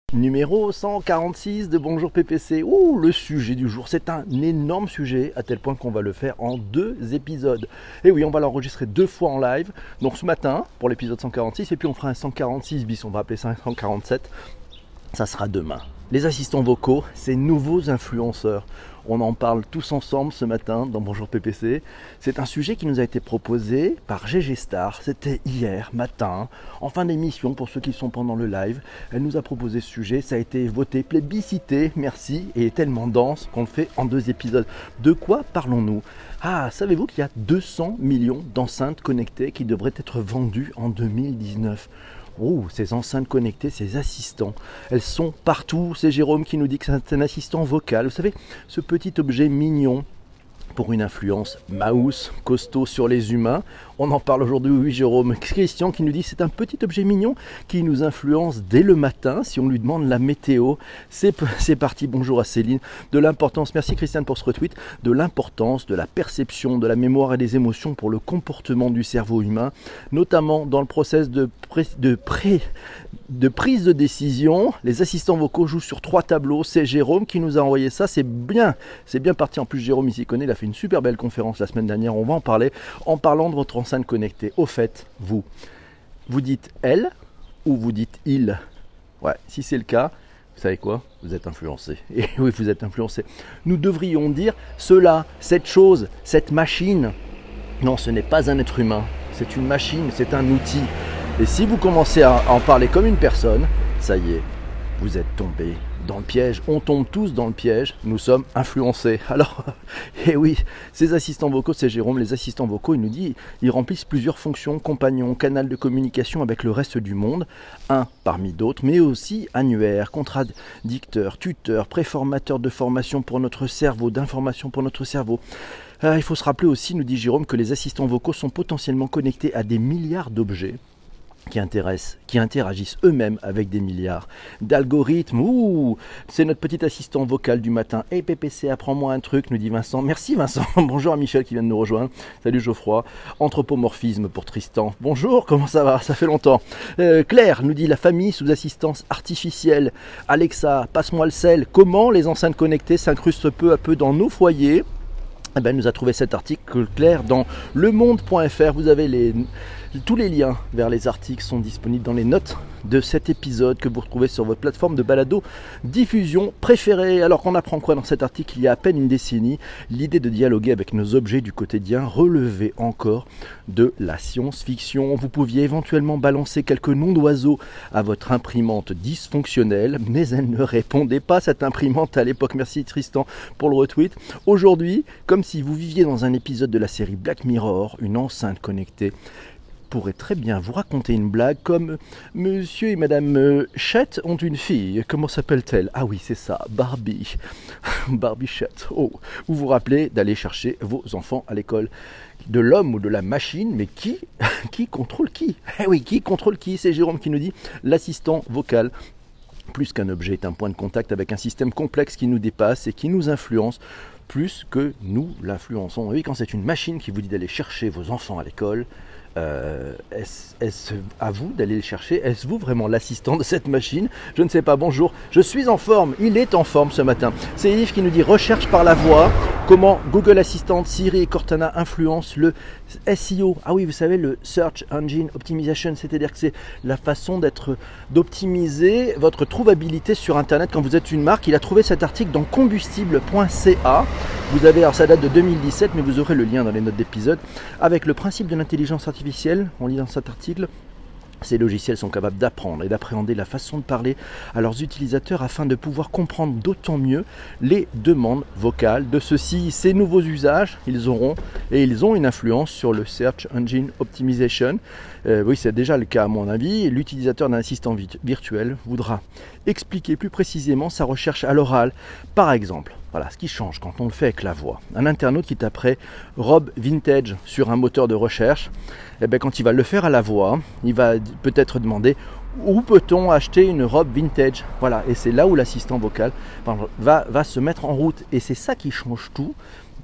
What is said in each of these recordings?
Numéro 146 de Bonjour PPC. Ouh, le sujet du jour, c'est un énorme sujet à tel point qu'on va le faire en 2 épisodes. Et oui, on va l'enregistrer 2 fois en live. Donc ce matin pour l'épisode 146 et puis on fera un 146 bis, on va appeler ça un 147. Ça sera demain. Les assistants vocaux, ces nouveaux influenceurs. On en parle tous ensemble ce matin dans Bonjour PPC. C'est un sujet qui nous a été proposé par GG Star. C'était hier matin, en fin d'émission pour ceux qui sont pendant le live. Elle nous a proposé ce sujet. Ça a été voté, plébiscité, merci. Et tellement dense qu'on le fait en 2 épisodes. De quoi parlons-nous ? Ah, savez-vous qu'il y a 200 millions d'enceintes connectées qui devraient être vendues en 2019 ? Oh, ces enceintes connectées, ces assistants, elles sont partout. C'est Jérôme qui nous dit que c'est un assistant vocal. Vous savez, ce petit objet mignon pour une influence mouse, costaud sur les humains. On en parle aujourd'hui, oui Jérôme. Christian qui nous dit que c'est un petit objet mignon qui nous influence dès le matin si on lui demande la météo. C'est parti, bonjour à Céline. De l'importance, merci Christiane pour ce retweet, de l'importance de la perception, de la mémoire et des émotions pour le comportement du cerveau humain, notamment dans le process de prise de décision. Les assistants vocaux jouent sur 3 tableaux. C'est Jérôme qui nous a envoyé ça. C'est bien parti. En plus, Jérôme, il s'y connaît. Il a fait une super belle conférence la semaine dernière. On va en parler en parlant de votre enceinte connectée. Au fait, vous dites elle ou vous dites il ? Ouais, si c'est le cas, vous savez quoi ? Vous êtes influencé. Et oui, vous êtes influencé. Nous devrions dire cela, cette chose, cette machine. Non, ce n'est pas un être humain. C'est une machine, c'est un outil. Et si vous commencez à en parler comme une personne, ça y est, vous êtes tombé dans le piège. On tombe tous dans le piège, nous sommes influencés. Alors, et oui, ces assistants vocaux, c'est Jérôme, les assistants vocaux, il nous dit, ils remplissent plusieurs fonctions, compagnons, canal de communication avec le reste du monde, un parmi d'autres, mais aussi annuaire, contradicteur, tuteur, préformateur de formation pour notre cerveau, d'information pour notre cerveau. Il faut se rappeler aussi, nous dit Jérôme, que les assistants vocaux sont potentiellement connectés à des milliards d'objets qui interagissent eux-mêmes avec des milliards d'algorithmes. Ouh, c'est notre petit assistant vocal du matin. Hey PPC, apprends-moi un truc, nous dit Vincent. Merci Vincent. Bonjour à Michel qui vient de nous rejoindre. Salut Geoffroy. Anthropomorphisme pour Tristan. Bonjour, comment ça va ? Ça fait longtemps. Claire nous dit la famille sous assistance artificielle. Alexa, passe-moi le sel. Comment les enceintes connectées s'incrustent peu à peu dans nos foyers ? Eh ben, elle nous a trouvé cet article clair dans lemonde.fr. Vous avez tous les liens vers les articles sont disponibles dans les notes de cet épisode que vous retrouvez sur votre plateforme de balado diffusion préférée. Alors qu'on apprend quoi dans cet article ? Il y a à peine une décennie, l'idée de dialoguer avec nos objets du quotidien relevait encore de la science-fiction. Vous pouviez éventuellement balancer quelques noms d'oiseaux à votre imprimante dysfonctionnelle, mais elle ne répondait pas, cette imprimante à l'époque. Merci Tristan pour le retweet. Aujourd'hui, comme si vous viviez dans un épisode de la série Black Mirror, une enceinte connectée pourrait très bien vous raconter une blague comme Monsieur et Madame Chet ont une fille. Comment s'appelle-t-elle ? Ah oui, c'est ça, Barbie. Barbie Chet. Oh, vous vous rappelez d'aller chercher vos enfants à l'école. De l'homme ou de la machine, mais qui contrôle qui ? Eh oui, qui contrôle qui ? C'est Jérôme qui nous dit l'assistant vocal. Plus qu'un objet, est un point de contact avec un système complexe qui nous dépasse et qui nous influence plus que nous l'influençons. Oui, quand c'est une machine qui vous dit d'aller chercher vos enfants à l'école, est-ce à vous d'aller le chercher ? Est-ce vous vraiment l'assistant de cette machine ? Je ne sais pas, bonjour, je suis en forme, il est en forme ce matin. C'est Yves qui nous dit recherche par la voix, comment Google Assistant, Siri et Cortana influencent le SEO. Ah oui, vous savez, le Search Engine Optimization, c'est-à-dire que c'est la façon d'optimiser votre trouvabilité sur Internet quand vous êtes une marque. Il a trouvé cet article dans combustible.ca. Vous avez, alors ça date de 2017, mais vous aurez le lien dans les notes d'épisode, avec le principe de l'intelligence artificielle. On lit dans cet article, ces logiciels sont capables d'apprendre et d'appréhender la façon de parler à leurs utilisateurs afin de pouvoir comprendre d'autant mieux les demandes vocales de ceux-ci. Ces nouveaux usages, ils ont une influence sur le Search Engine Optimization. Oui, c'est déjà le cas à mon avis. L'utilisateur d'un assistant virtuel voudra expliquer plus précisément sa recherche à l'oral. Par exemple, voilà ce qui change quand on le fait avec la voix. Un internaute qui taperait robe vintage sur un moteur de recherche, quand il va le faire à la voix, il va peut-être demander où peut-on acheter une robe vintage. Voilà, et c'est là où l'assistant vocal va se mettre en route. Et c'est ça qui change tout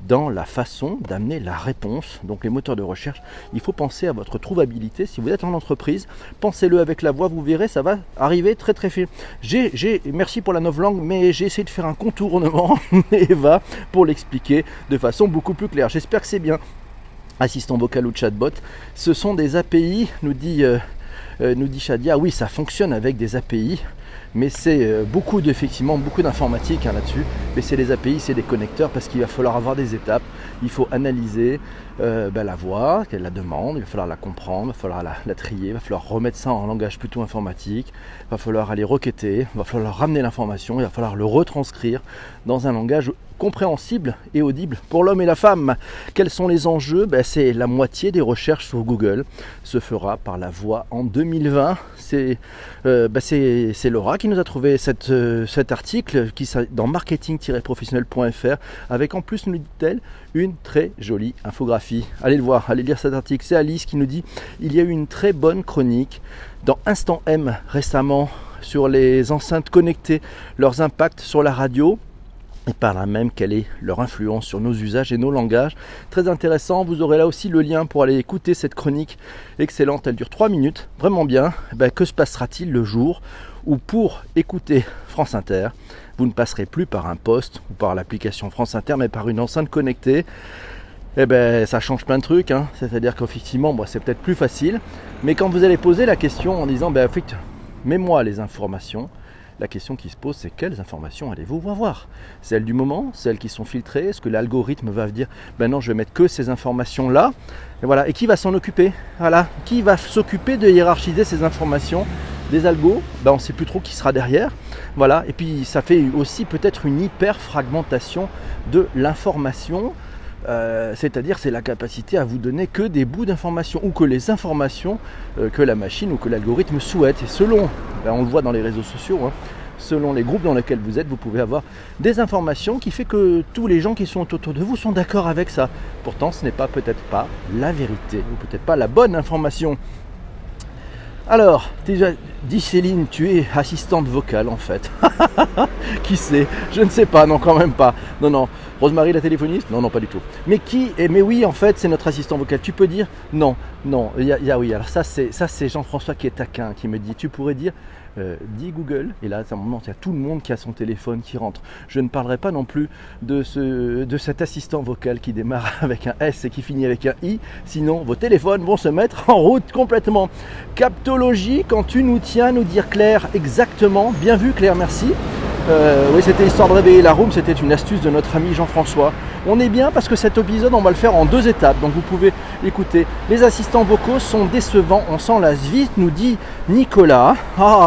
dans la façon d'amener la réponse. Donc les moteurs de recherche, il faut penser à votre trouvabilité. Si vous êtes en entreprise, pensez-le avec la voix, vous verrez, ça va arriver très très vite. Merci pour la novlangue, mais j'ai essayé de faire un contournement, Eva, pour l'expliquer de façon beaucoup plus claire. J'espère que c'est bien. Assistant vocal ou chatbot, ce sont des API, nous dit Shadia. Oui, ça fonctionne avec des API, mais c'est beaucoup d'informatique là-dessus. Mais c'est des API, c'est des connecteurs, parce qu'il va falloir avoir des étapes. Il faut analyser la voix, qu'elle la demande, il va falloir la comprendre, il va falloir la trier, il va falloir remettre ça en langage plutôt informatique, il va falloir aller requêter, il va falloir ramener l'information, il va falloir le retranscrire dans un langage compréhensible et audible pour l'homme et la femme. Quels sont les enjeux? C'est la moitié des recherches sur Google se fera par la voix en 2020. C'est Laura qui nous a trouvé cet article dans marketing-professionnel.fr avec en plus, nous dit-elle, une très jolie infographie. Allez le voir, allez lire cet article. C'est Alice qui nous dit: il y a eu une très bonne chronique dans Instant M récemment sur les enceintes connectées, leurs impacts sur la radio, et par là même quelle est leur influence sur nos usages et nos langages. Très intéressant, vous aurez là aussi le lien pour aller écouter cette chronique excellente, elle dure 3 minutes, vraiment bien. Que se passera-t-il le jour où pour écouter France Inter, vous ne passerez plus par un poste ou par l'application France Inter, mais par une enceinte connectée? Ça change plein de trucs, hein. C'est-à-dire qu'effectivement, c'est peut-être plus facile, mais quand vous allez poser la question en disant mets-moi les informations, la question qui se pose, c'est quelles informations allez-vous avoir? Celles du moment, celles qui sont filtrées? Est-ce que l'algorithme va dire non, je vais mettre que ces informations-là? Et voilà. Et qui va s'en occuper? Voilà. Qui va s'occuper de hiérarchiser ces informations des algos? On ne sait plus trop qui sera derrière. Voilà. Et puis ça fait aussi peut-être une hyper fragmentation de l'information. C'est-à-dire c'est la capacité à vous donner que des bouts d'informations ou que les informations que la machine ou que l'algorithme souhaite. Et selon, on le voit dans les réseaux sociaux, selon les groupes dans lesquels vous êtes, vous pouvez avoir des informations qui fait que tous les gens qui sont autour de vous sont d'accord avec ça. Pourtant, ce n'est peut-être pas la vérité ou peut-être pas la bonne information. Alors, dit Céline, tu es assistante vocale en fait. Qui sait? Je ne sais pas, non, quand même pas. Non. Rosemary la téléphoniste? Non, pas du tout. Mais qui? Mais oui, en fait, c'est notre assistant vocal. Tu peux dire? Non. Oui. Alors ça, c'est Jean-François qui est taquin, qui me dit, tu pourrais dire, dis Google. Et là, à un moment, il y a tout le monde qui a son téléphone qui rentre. Je ne parlerai pas non plus de cet assistant vocal qui démarre avec un S et qui finit avec un I. Sinon, vos téléphones vont se mettre en route complètement. Captologie, quand tu nous tiens à nous dire Claire, exactement. Bien vu Claire, merci. Oui, c'était histoire de réveiller la room, c'était une astuce de notre ami Jean-François. On est bien parce que cet épisode, on va le faire en 2 étapes, donc vous pouvez écouter. Les assistants vocaux sont décevants, on s'en lasse vite, nous dit Nicolas.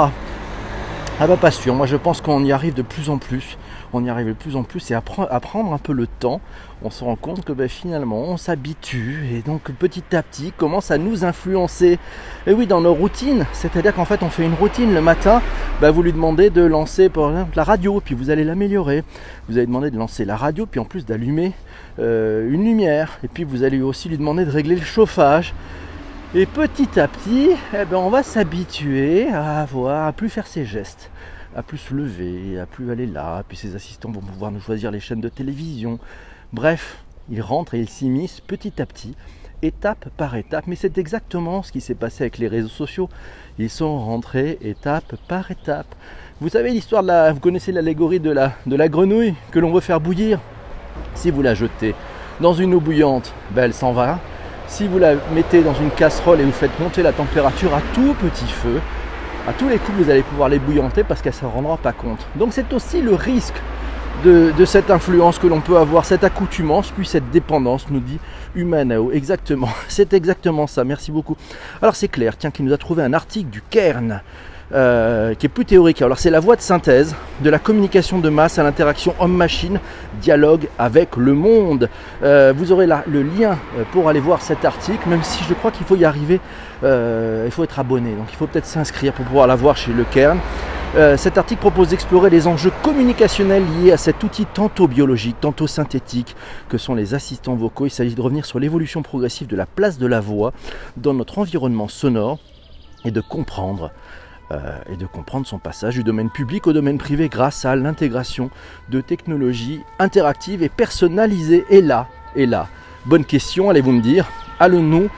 Pas sûr, moi je pense qu'on y arrive de plus en plus. Et à prendre un peu le temps, on se rend compte que finalement on s'habitue et donc petit à petit commence à nous influencer. Et oui, dans nos routines, c'est-à-dire qu'en fait on fait une routine le matin, vous lui demandez de lancer par exemple la radio, puis vous allez l'améliorer. Vous allez demander de lancer la radio, puis en plus d'allumer une lumière, et puis vous allez aussi lui demander de régler le chauffage. Et petit à petit, on va s'habituer à plus faire ses gestes, à plus se lever, à plus aller là. Puis ces assistants vont pouvoir nous choisir les chaînes de télévision. Bref, ils rentrent et ils s'immiscent petit à petit, étape par étape. Mais c'est exactement ce qui s'est passé avec les réseaux sociaux. Ils sont rentrés étape par étape. Vous savez l'histoire vous connaissez l'allégorie de la grenouille que l'on veut faire bouillir. Si vous la jetez dans une eau bouillante, elle s'en va. Si vous la mettez dans une casserole et vous faites monter la température à tout petit feu, à tous les coups vous allez pouvoir l'ébouillanter parce qu'elle ne s'en rendra pas compte. Donc c'est aussi le risque de cette influence que l'on peut avoir, cette accoutumance, puis cette dépendance, nous dit Humanao. Exactement, c'est exactement ça, merci beaucoup. Alors c'est Claire, qui nous a trouvé un article du Cairn, qui est plus théorique. Alors c'est la voie de synthèse de la communication de masse à l'interaction homme-machine, dialogue avec le monde. Vous aurez là le lien pour aller voir cet article, même si je crois qu'il faut y arriver, il faut être abonné, donc il faut peut-être s'inscrire pour pouvoir la voir chez le Cairn. Cet article propose d'explorer les enjeux communicationnels liés à cet outil tantôt biologique, tantôt synthétique que sont les assistants vocaux. Il s'agit de revenir sur l'évolution progressive de la place de la voix dans notre environnement sonore et de comprendre et de comprendre son passage du domaine public au domaine privé grâce à l'intégration de technologies interactives et personnalisées. Et là, bonne question, allez-vous me dire, allons-nous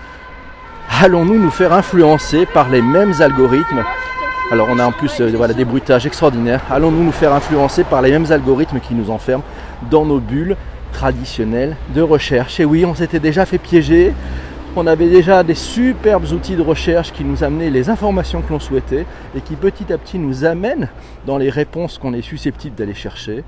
nous faire influencer par les mêmes algorithmes? Alors on a en plus des bruitages extraordinaires. Allons-nous nous faire influencer par les mêmes algorithmes qui nous enferment dans nos bulles traditionnelles de recherche? Et oui, on s'était déjà fait piéger. On avait déjà des superbes outils de recherche qui nous amenaient les informations que l'on souhaitait et qui petit à petit nous amènent dans les réponses qu'on est susceptible d'aller chercher.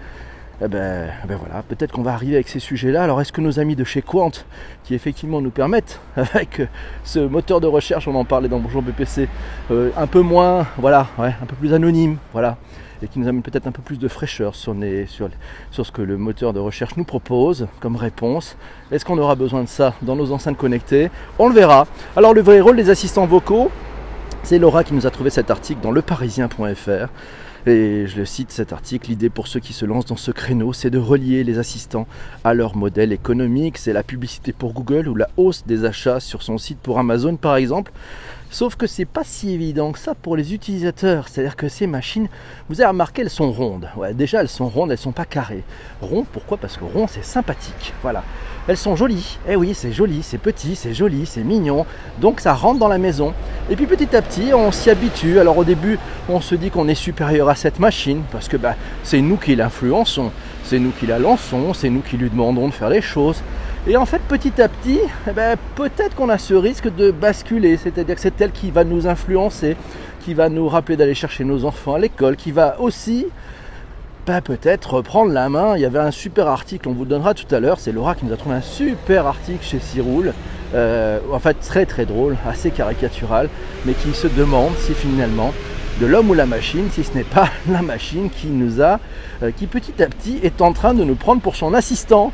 Voilà, peut-être qu'on va arriver avec ces sujets-là. Alors est-ce que nos amis de chez Quant, qui effectivement nous permettent, avec ce moteur de recherche, on en parlait dans Bonjour BPC, un peu moins, un peu plus anonyme, et qui nous amène peut-être un peu plus de fraîcheur sur ce que le moteur de recherche nous propose comme réponse. Est-ce qu'on aura besoin de ça dans nos enceintes connectées? On le verra. Alors le vrai rôle des assistants vocaux, c'est Laura qui nous a trouvé cet article dans leparisien.fr. Et je le cite cet article, l'idée pour ceux qui se lancent dans ce créneau, c'est de relier les assistants à leur modèle économique. C'est la publicité pour Google ou la hausse des achats sur son site pour Amazon par exemple. Sauf que c'est pas si évident que ça pour les utilisateurs. C'est-à-dire que ces machines, vous avez remarqué, elles sont rondes. Ouais, déjà elles sont rondes, elles sont pas carrées. Rond, pourquoi? Parce que rond c'est sympathique. Voilà. Elles sont jolies. Eh oui, c'est joli, c'est petit, c'est joli, c'est mignon. Donc ça rentre dans la maison. Et puis petit à petit, on s'y habitue. Alors au début, on se dit qu'on est supérieur à cette machine parce que c'est nous qui l'influençons, c'est nous qui la lançons, c'est nous qui lui demandons de faire les choses. Et en fait, petit à petit, peut-être qu'on a ce risque de basculer, c'est-à-dire que c'est elle qui va nous influencer, qui va nous rappeler d'aller chercher nos enfants à l'école, qui va aussi peut-être prendre la main. Il y avait un super article, on vous le donnera tout à l'heure, c'est Laura qui nous a trouvé un super article chez Ciroule, en fait très très drôle, assez caricatural, mais qui se demande si finalement, de l'homme ou la machine, si ce n'est pas la machine qui petit à petit est en train de nous prendre pour son assistant.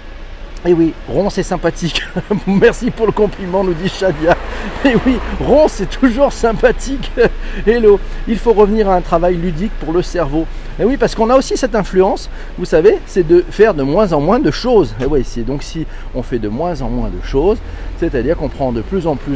Et oui, rond c'est sympathique. Merci pour le compliment, nous dit Shadia. Et oui, rond c'est toujours sympathique. Hello, il faut revenir à un travail ludique pour le cerveau. Et oui, parce qu'on a aussi cette influence, vous savez, c'est de faire de moins en moins de choses. Et oui, donc si on fait de moins en moins de choses, c'est-à-dire qu'on prend de plus en plus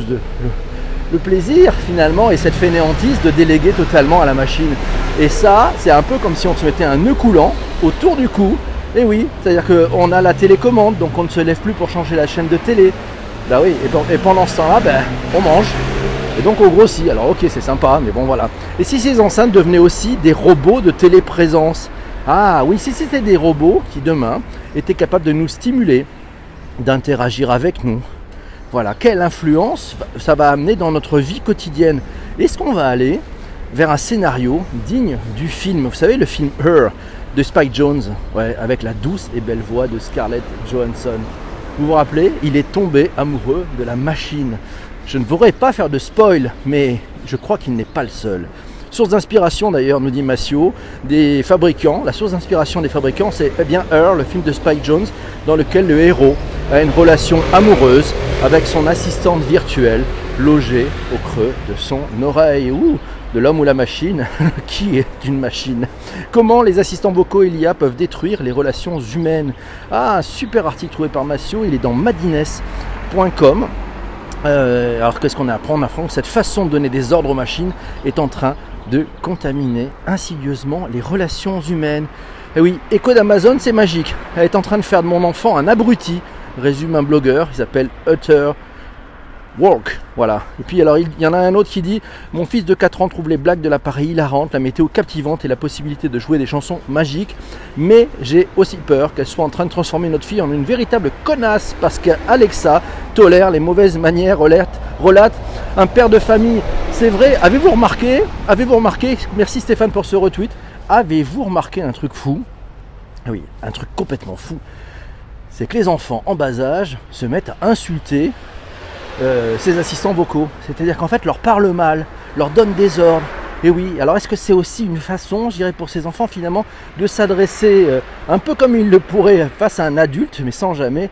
le plaisir finalement et cette fainéantise de déléguer totalement à la machine. Et ça, c'est un peu comme si on se mettait un nœud coulant autour du cou. Et oui, c'est-à-dire qu'on a la télécommande, donc on ne se lève plus pour changer la chaîne de télé. Oui, et pendant ce temps-là, on mange. Et donc on grossit. Alors ok, c'est sympa, mais bon voilà. Et si ces enceintes devenaient aussi des robots de téléprésence? Ah oui, si c'était des robots qui demain étaient capables de nous stimuler, d'interagir avec nous. Voilà, quelle influence ça va amener dans notre vie quotidienne? Est-ce qu'on va aller vers un scénario digne du film? Vous savez, le film Her de Spike Jonze, avec la douce et belle voix de Scarlett Johansson. Vous vous rappelez, il est tombé amoureux de la machine. Je ne voudrais pas faire de spoil, mais je crois qu'il n'est pas le seul. Source d'inspiration d'ailleurs, nous dit Massio, des fabricants. La source d'inspiration des fabricants, c'est bien Her, le film de Spike Jonze, dans lequel le héros a une relation amoureuse avec son assistante virtuelle logée au creux de son oreille. Ouh, de l'homme ou la machine? Qui est une machine? Comment les assistants vocaux et l'IA peuvent détruire les relations humaines? Ah, un super article trouvé par Massio, il est dans madines.com. Alors qu'est-ce qu'on apprend? On apprend que cette façon de donner des ordres aux machines est en train de contaminer insidieusement les relations humaines. Et oui, écho d'Amazon, c'est magique. Elle est en train de faire de mon enfant un abruti, résume un blogueur, il s'appelle Utter Work, voilà. Et puis alors il y en a un autre qui dit: mon fils de 4 ans trouve les blagues de l'appareil hilarantes, la météo captivante et la possibilité de jouer des chansons magiques, mais j'ai aussi peur qu'elle soit en train de transformer notre fille en une véritable connasse parce qu'Alexa tolère les mauvaises manières, relate un père de famille. C'est vrai, avez-vous remarqué, merci Stéphane pour ce retweet, avez-vous remarqué un truc fou? Oui, un truc complètement fou, c'est que les enfants en bas âge se mettent à insulter ces assistants vocaux, c'est-à-dire qu'en fait leur parle mal, leur donne des ordres. Et oui, alors est-ce que c'est aussi une façon, je dirais, pour ces enfants finalement de s'adresser un peu comme ils le pourraient face à un adulte, mais sans jamais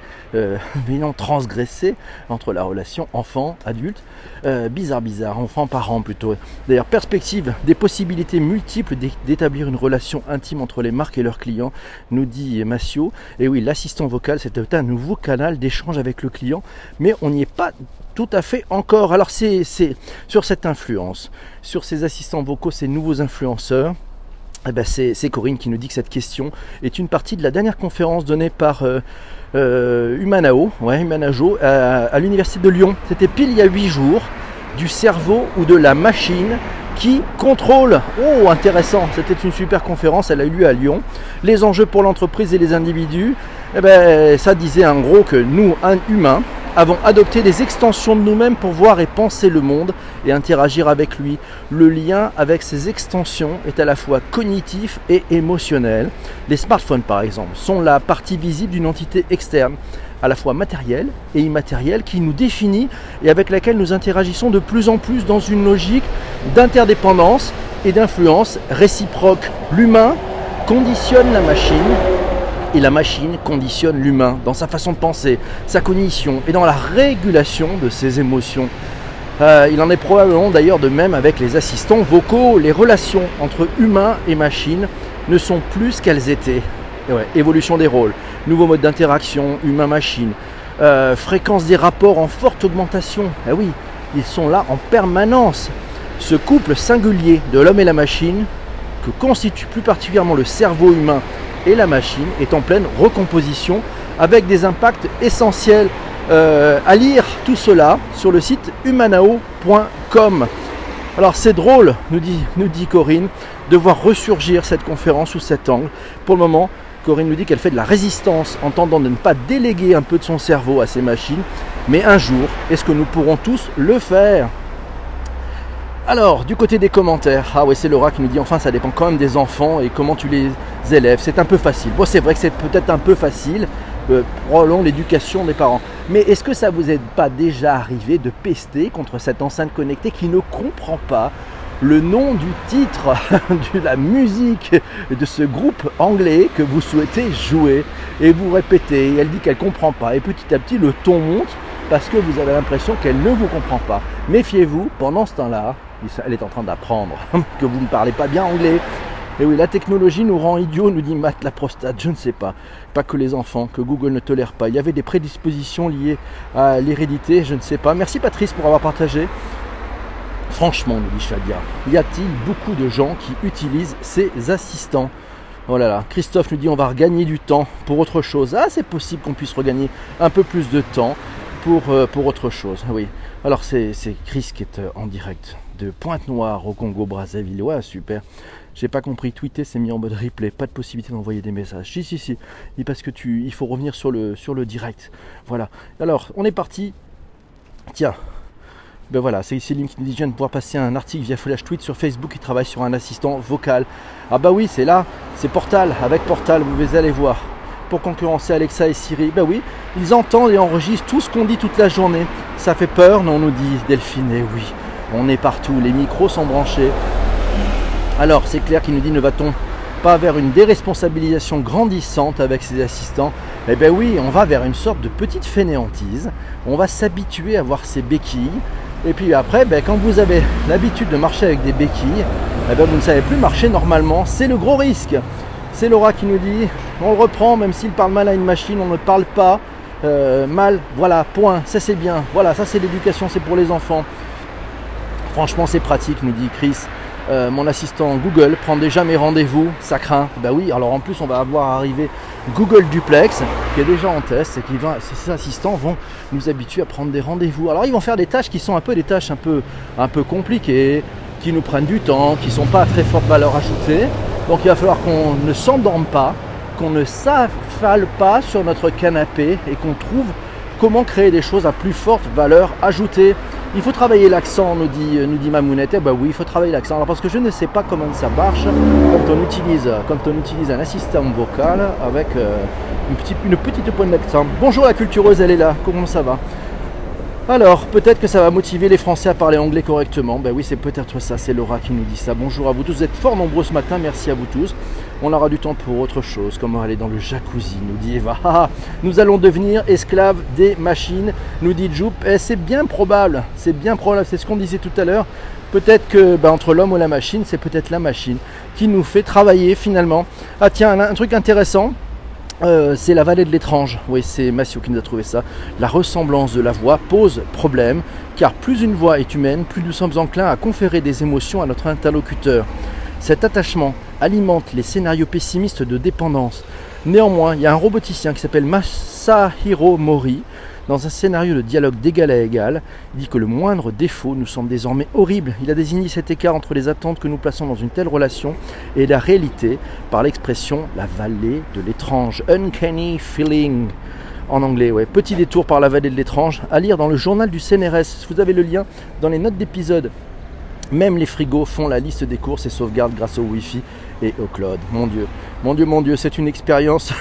transgresser entre la relation enfant-adulte? Bizarre, enfant-parent plutôt. D'ailleurs, perspective des possibilités multiples d'établir une relation intime entre les marques et leurs clients, nous dit Massio. Et oui, l'assistant vocal, c'est un nouveau canal d'échange avec le client, mais on n'y est pas tout à fait encore. Alors c'est sur cette influence, sur ces assistants vocaux, ces nouveaux influenceurs. Eh ben c'est Corinne qui nous dit que cette question est une partie de la dernière conférence donnée par Humanao à l'université de Lyon. C'était pile il y a 8 jours, du cerveau ou de la machine qui contrôle. Oh, intéressant, c'était une super conférence, elle a eu lieu à Lyon. Les enjeux pour l'entreprise et les individus, eh ben, ça disait en gros que nous, humains, avons adopté des extensions de nous-mêmes pour voir et penser le monde et interagir avec lui. Le lien avec ces extensions est à la fois cognitif et émotionnel. Les smartphones, par exemple, sont la partie visible d'une entité externe, à la fois matérielle et immatérielle, qui nous définit et avec laquelle nous interagissons de plus en plus dans une logique d'interdépendance et d'influence réciproque. L'humain conditionne la machine et la machine conditionne l'humain dans sa façon de penser, sa cognition et dans la régulation de ses émotions. Il en est probablement d'ailleurs de même avec les assistants vocaux. Les relations entre humains et machines ne sont plus ce qu'elles étaient. Et ouais, évolution des rôles, nouveaux modes d'interaction, humain-machine, fréquence des rapports en forte augmentation. Eh oui, ils sont là en permanence. Ce couple singulier de l'homme et la machine, que constitue plus particulièrement le cerveau humain et la machine, est en pleine recomposition avec des impacts essentiels. À lire tout cela sur le site humanao.com. Alors c'est drôle, nous dit Corinne, de voir ressurgir cette conférence sous cet angle. Pour le moment, Corinne nous dit qu'elle fait de la résistance en tentant de ne pas déléguer un peu de son cerveau à ces machines. Mais un jour, est-ce que nous pourrons tous le faire ? Alors, du côté des commentaires, ah ouais, c'est Laura qui nous dit enfin ça dépend quand même des enfants et comment tu les élèves. C'est un peu facile. Bon, c'est vrai que c'est peut-être un peu facile, probablement l'éducation des parents. Mais est-ce que ça vous est pas déjà arrivé de pester contre cette enceinte connectée qui ne comprend pas le nom du titre de la musique de ce groupe anglais que vous souhaitez jouer et vous répétez, et elle dit qu'elle ne comprend pas et petit à petit le ton monte parce que vous avez l'impression qu'elle ne vous comprend pas. Méfiez-vous, pendant ce temps-là, elle est en train d'apprendre que vous ne parlez pas bien anglais. Et oui, la technologie nous rend idiots, nous dit Matt la prostate, je ne sais pas. Pas que les enfants, que Google ne tolère pas. Il y avait des prédispositions liées à l'hérédité, je ne sais pas. Merci Patrice pour avoir partagé. Franchement, nous dit Shadia, y a-t-il beaucoup de gens qui utilisent ces assistants ? Oh là là, Christophe nous dit on va regagner du temps pour autre chose. Ah, c'est possible qu'on puisse regagner un peu plus de temps pour autre chose. Oui, alors c'est Chris qui est en direct de Pointe-Noire au Congo-Brazzaville. Ouais, super. J'ai pas compris, tweeter c'est mis en mode replay, pas de possibilité d'envoyer des messages. Si, parce que il faut revenir sur le direct. Voilà. Alors, on est parti. Tiens. Ben voilà, c'est Céline qui nous dit je viens de pouvoir passer un article via Flash Tweet sur Facebook qui travaille sur un assistant vocal. Ah bah oui, c'est là, c'est Portal, avec Portal, vous allez voir. Pour concurrencer Alexa et Siri, ben oui, ils entendent et enregistrent tout ce qu'on dit toute la journée. Ça fait peur, non, nous dit Delphine, et oui, on est partout, les micros sont branchés. Alors, c'est Claire qui nous dit ne va-t-on pas vers une déresponsabilisation grandissante avec ces assistants ? Eh bien oui, on va vers une sorte de petite fainéantise. On va s'habituer à voir ces béquilles. Et puis après, quand vous avez l'habitude de marcher avec des béquilles, vous ne savez plus marcher normalement. C'est le gros risque. C'est Laura qui nous dit on le reprend, même s'il parle mal à une machine, on ne parle pas mal. Voilà, point. Ça c'est bien. Voilà, ça c'est l'éducation, c'est pour les enfants. Franchement, c'est pratique, nous dit Chris. Mon assistant Google prend déjà mes rendez-vous, ça craint. Ben oui, alors en plus on va avoir arrivé Google Duplex qui est déjà en test et ces assistants vont nous habituer à prendre des rendez-vous. Alors ils vont faire des tâches qui sont un peu compliquées, qui nous prennent du temps, qui ne sont pas à très forte valeur ajoutée. Donc il va falloir qu'on ne s'endorme pas, qu'on ne s'affale pas sur notre canapé et qu'on trouve comment créer des choses à plus forte valeur ajoutée. Il faut travailler l'accent, nous dit Mamounette. Oui, il faut travailler l'accent. Alors parce que je ne sais pas comment ça marche quand on utilise un assistant vocal avec une petite pointe d'accent. Bonjour la cultureuse, elle est là. Comment ça va ? Alors, peut-être que ça va motiver les Français à parler anglais correctement. Ben oui, c'est peut-être ça, c'est Laura qui nous dit ça. Bonjour à vous tous, vous êtes fort nombreux ce matin, merci à vous tous. On aura du temps pour autre chose, comme aller dans le jacuzzi, nous dit Eva. Nous allons devenir esclaves des machines, nous dit Joup. Et c'est bien probable, c'est ce qu'on disait tout à l'heure. Peut-être que entre l'homme ou la machine, c'est peut-être la machine qui nous fait travailler finalement. Ah tiens, un truc intéressant. C'est la vallée de l'étrange. Oui, c'est Massio qui nous a trouvé ça. La ressemblance de la voix pose problème, car plus une voix est humaine, plus nous sommes enclins à conférer des émotions à notre interlocuteur. Cet attachement alimente les scénarios pessimistes de dépendance. Néanmoins, il y a un roboticien qui s'appelle Masahiro Mori. Dans un scénario de dialogue d'égal à égal, il dit que le moindre défaut nous semble désormais horrible. Il a désigné cet écart entre les attentes que nous plaçons dans une telle relation et la réalité par l'expression « la vallée de l'étrange », « uncanny feeling » en anglais. Ouais. Petit détour par la vallée de l'étrange, à lire dans le journal du CNRS. Vous avez le lien dans les notes d'épisode. Même les frigos font la liste des courses et sauvegardent grâce au Wi-Fi et au cloud. Mon Dieu, mon Dieu, mon Dieu, c'est une expérience.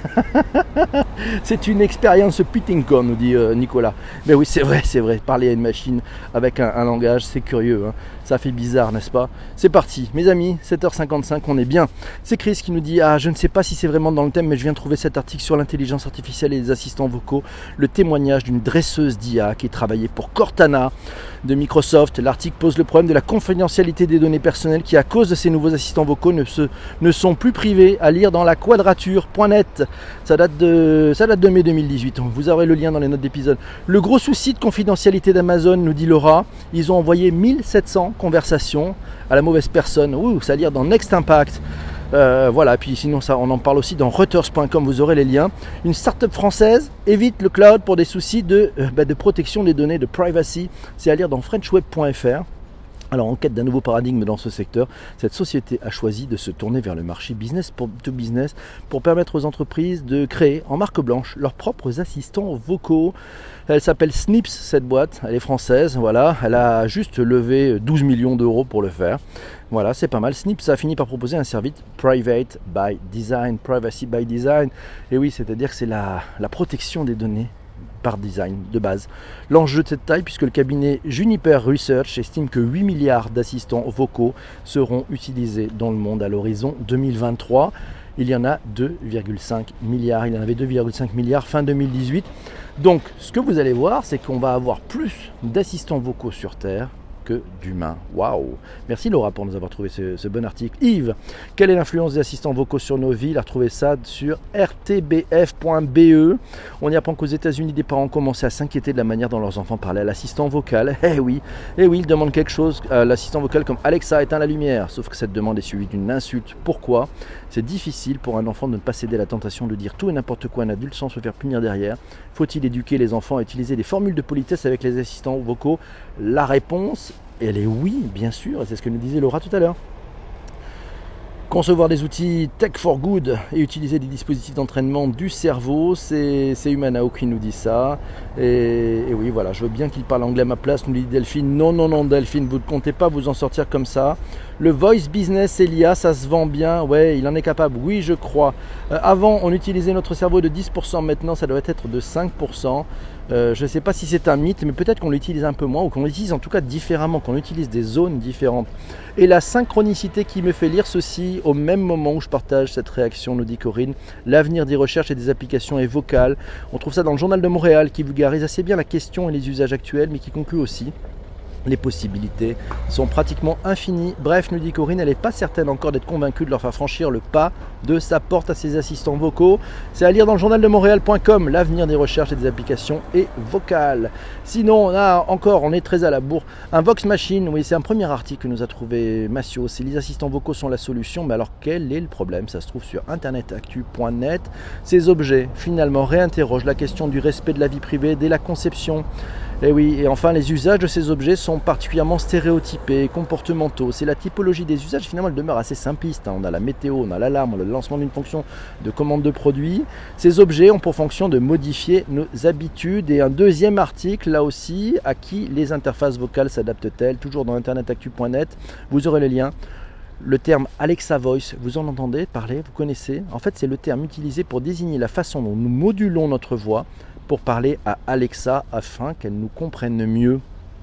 C'est une expérience Pittingcon, nous dit Nicolas. Mais oui, c'est vrai. Parler à une machine avec un langage, c'est curieux. Hein. Ça fait bizarre, n'est-ce pas? C'est parti, mes amis, 7h55, on est bien. C'est Chris qui nous dit, je ne sais pas si c'est vraiment dans le thème, mais je viens de trouver cet article sur l'intelligence artificielle et les assistants vocaux, le témoignage d'une dresseuse d'IA qui travaillait pour Cortana de Microsoft. L'article pose le problème de la confidentialité des données personnelles qui, à cause de ces nouveaux assistants vocaux, ne sont plus privés, à lire dans la quadrature.net. Ça date de mai 2018. Vous aurez le lien dans les notes d'épisode. Le gros souci de confidentialité d'Amazon, nous dit Laura, ils ont envoyé 1700 conversations à la mauvaise personne. Ouh, ça à lire dans Next Impact. Voilà, puis sinon ça, on en parle aussi dans Reuters.com, vous aurez les liens. Une start-up française évite le cloud pour des soucis de protection des données, de privacy. C'est à lire dans frenchweb.fr. Alors, en quête d'un nouveau paradigme dans ce secteur, cette société a choisi de se tourner vers le marché business to business pour permettre aux entreprises de créer en marque blanche leurs propres assistants vocaux. Elle s'appelle Snips, cette boîte, elle est française, voilà, elle a juste levé 12 millions d'euros pour le faire. Voilà, c'est pas mal. Snips a fini par proposer un service Private by Design, Privacy by Design. Et oui, c'est-à-dire que c'est la protection des données par design de base. L'enjeu de cette taille, puisque le cabinet Juniper Research estime que 8 milliards d'assistants vocaux seront utilisés dans le monde à l'horizon 2023. Il y en a 2,5 milliards. Il y en avait 2,5 milliards fin 2018. Donc, ce que vous allez voir, c'est qu'on va avoir plus d'assistants vocaux sur Terre que d'humains. Waouh! Merci Laura pour nous avoir trouvé ce bon article. Yves, quelle est l'influence des assistants vocaux sur nos vies? Il a retrouvé ça sur rtbf.be. On y apprend qu'aux États-Unis, des parents commençaient à s'inquiéter de la manière dont leurs enfants parlaient à l'assistant vocal. Eh oui, ils demandent quelque chose à l'assistant vocal comme Alexa, éteins la lumière. Sauf que cette demande est suivie d'une insulte. Pourquoi? C'est difficile pour un enfant de ne pas céder à la tentation de dire tout et n'importe quoi à un adulte sans se faire punir derrière. Faut-il éduquer les enfants à utiliser des formules de politesse avec les assistants vocaux? La réponse, elle est oui, bien sûr, et c'est ce que nous disait Laura tout à l'heure. Concevoir des outils tech for good et utiliser des dispositifs d'entraînement du cerveau, c'est Humanao qui nous dit ça. Et oui, voilà, je veux bien qu'il parle anglais à ma place, nous dit Delphine. Non, Delphine, vous ne comptez pas vous en sortir comme ça. Le voice business et l'IA, ça se vend bien. Ouais, il en est capable, oui, je crois. Avant, on utilisait notre cerveau de 10%, maintenant, ça doit être de 5%. Je ne sais pas si c'est un mythe, mais peut-être qu'on l'utilise un peu moins, ou qu'on l'utilise en tout cas différemment, qu'on utilise des zones différentes. Et la synchronicité qui me fait lire ceci au même moment où je partage cette réaction, nous dit Corinne. L'avenir des recherches et des applications est vocal. On trouve ça dans le Journal de Montréal qui vulgarise assez bien la question et les usages actuels, mais qui conclut aussi. Les possibilités sont pratiquement infinies. Bref, nous dit Corinne, elle n'est pas certaine encore d'être convaincue de leur faire franchir le pas de sa porte à ses assistants vocaux. C'est à lire dans le journal de Montréal.com. L'avenir des recherches et des applications est vocal. Sinon, on est très à la bourre. Un Vox Machine, oui, c'est un premier article que nous a trouvé Massio. C'est les assistants vocaux sont la solution. Mais alors, quel est le problème? Ça se trouve sur internetactu.net. Ces objets, finalement, réinterrogent la question du respect de la vie privée dès la conception. Et oui, et enfin, les usages de ces objets sont particulièrement stéréotypés, comportementaux. C'est la typologie des usages, finalement, elle demeure assez simpliste. On a la météo, on a l'alarme, on a le lancement d'une fonction de commande de produit. Ces objets ont pour fonction de modifier nos habitudes. Et un deuxième article, là aussi, à qui les interfaces vocales s'adaptent-elles? Toujours dans internetactu.net, vous aurez le lien. Le terme Alexa Voice, vous en entendez parler, vous connaissez? En fait, c'est le terme utilisé pour désigner la façon dont nous modulons notre voix pour parler à Alexa afin qu'elle nous comprenne mieux.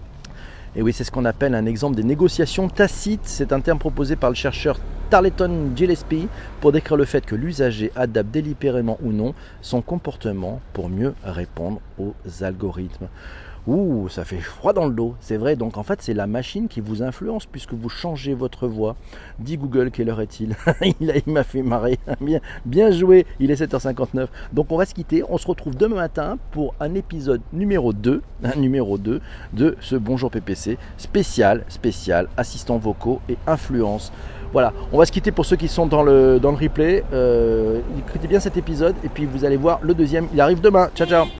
Et oui, c'est ce qu'on appelle un exemple des négociations tacites. C'est un terme proposé par le chercheur Tarleton Gillespie pour décrire le fait que l'usager adapte délibérément ou non son comportement pour mieux répondre aux algorithmes. Ouh, ça fait froid dans le dos, c'est vrai. Donc en fait, c'est la machine qui vous influence puisque vous changez votre voix. Dis Google, quelle heure est-il? Il m'a fait marrer. Bien joué, il est 7h59. Donc on va se quitter. On se retrouve demain matin pour un épisode numéro 2, de ce Bonjour PPC spécial assistants vocaux et influence. Voilà, on va se quitter pour ceux qui sont dans le replay. Écoutez bien cet épisode et puis vous allez voir le deuxième, il arrive demain. Ciao, ciao.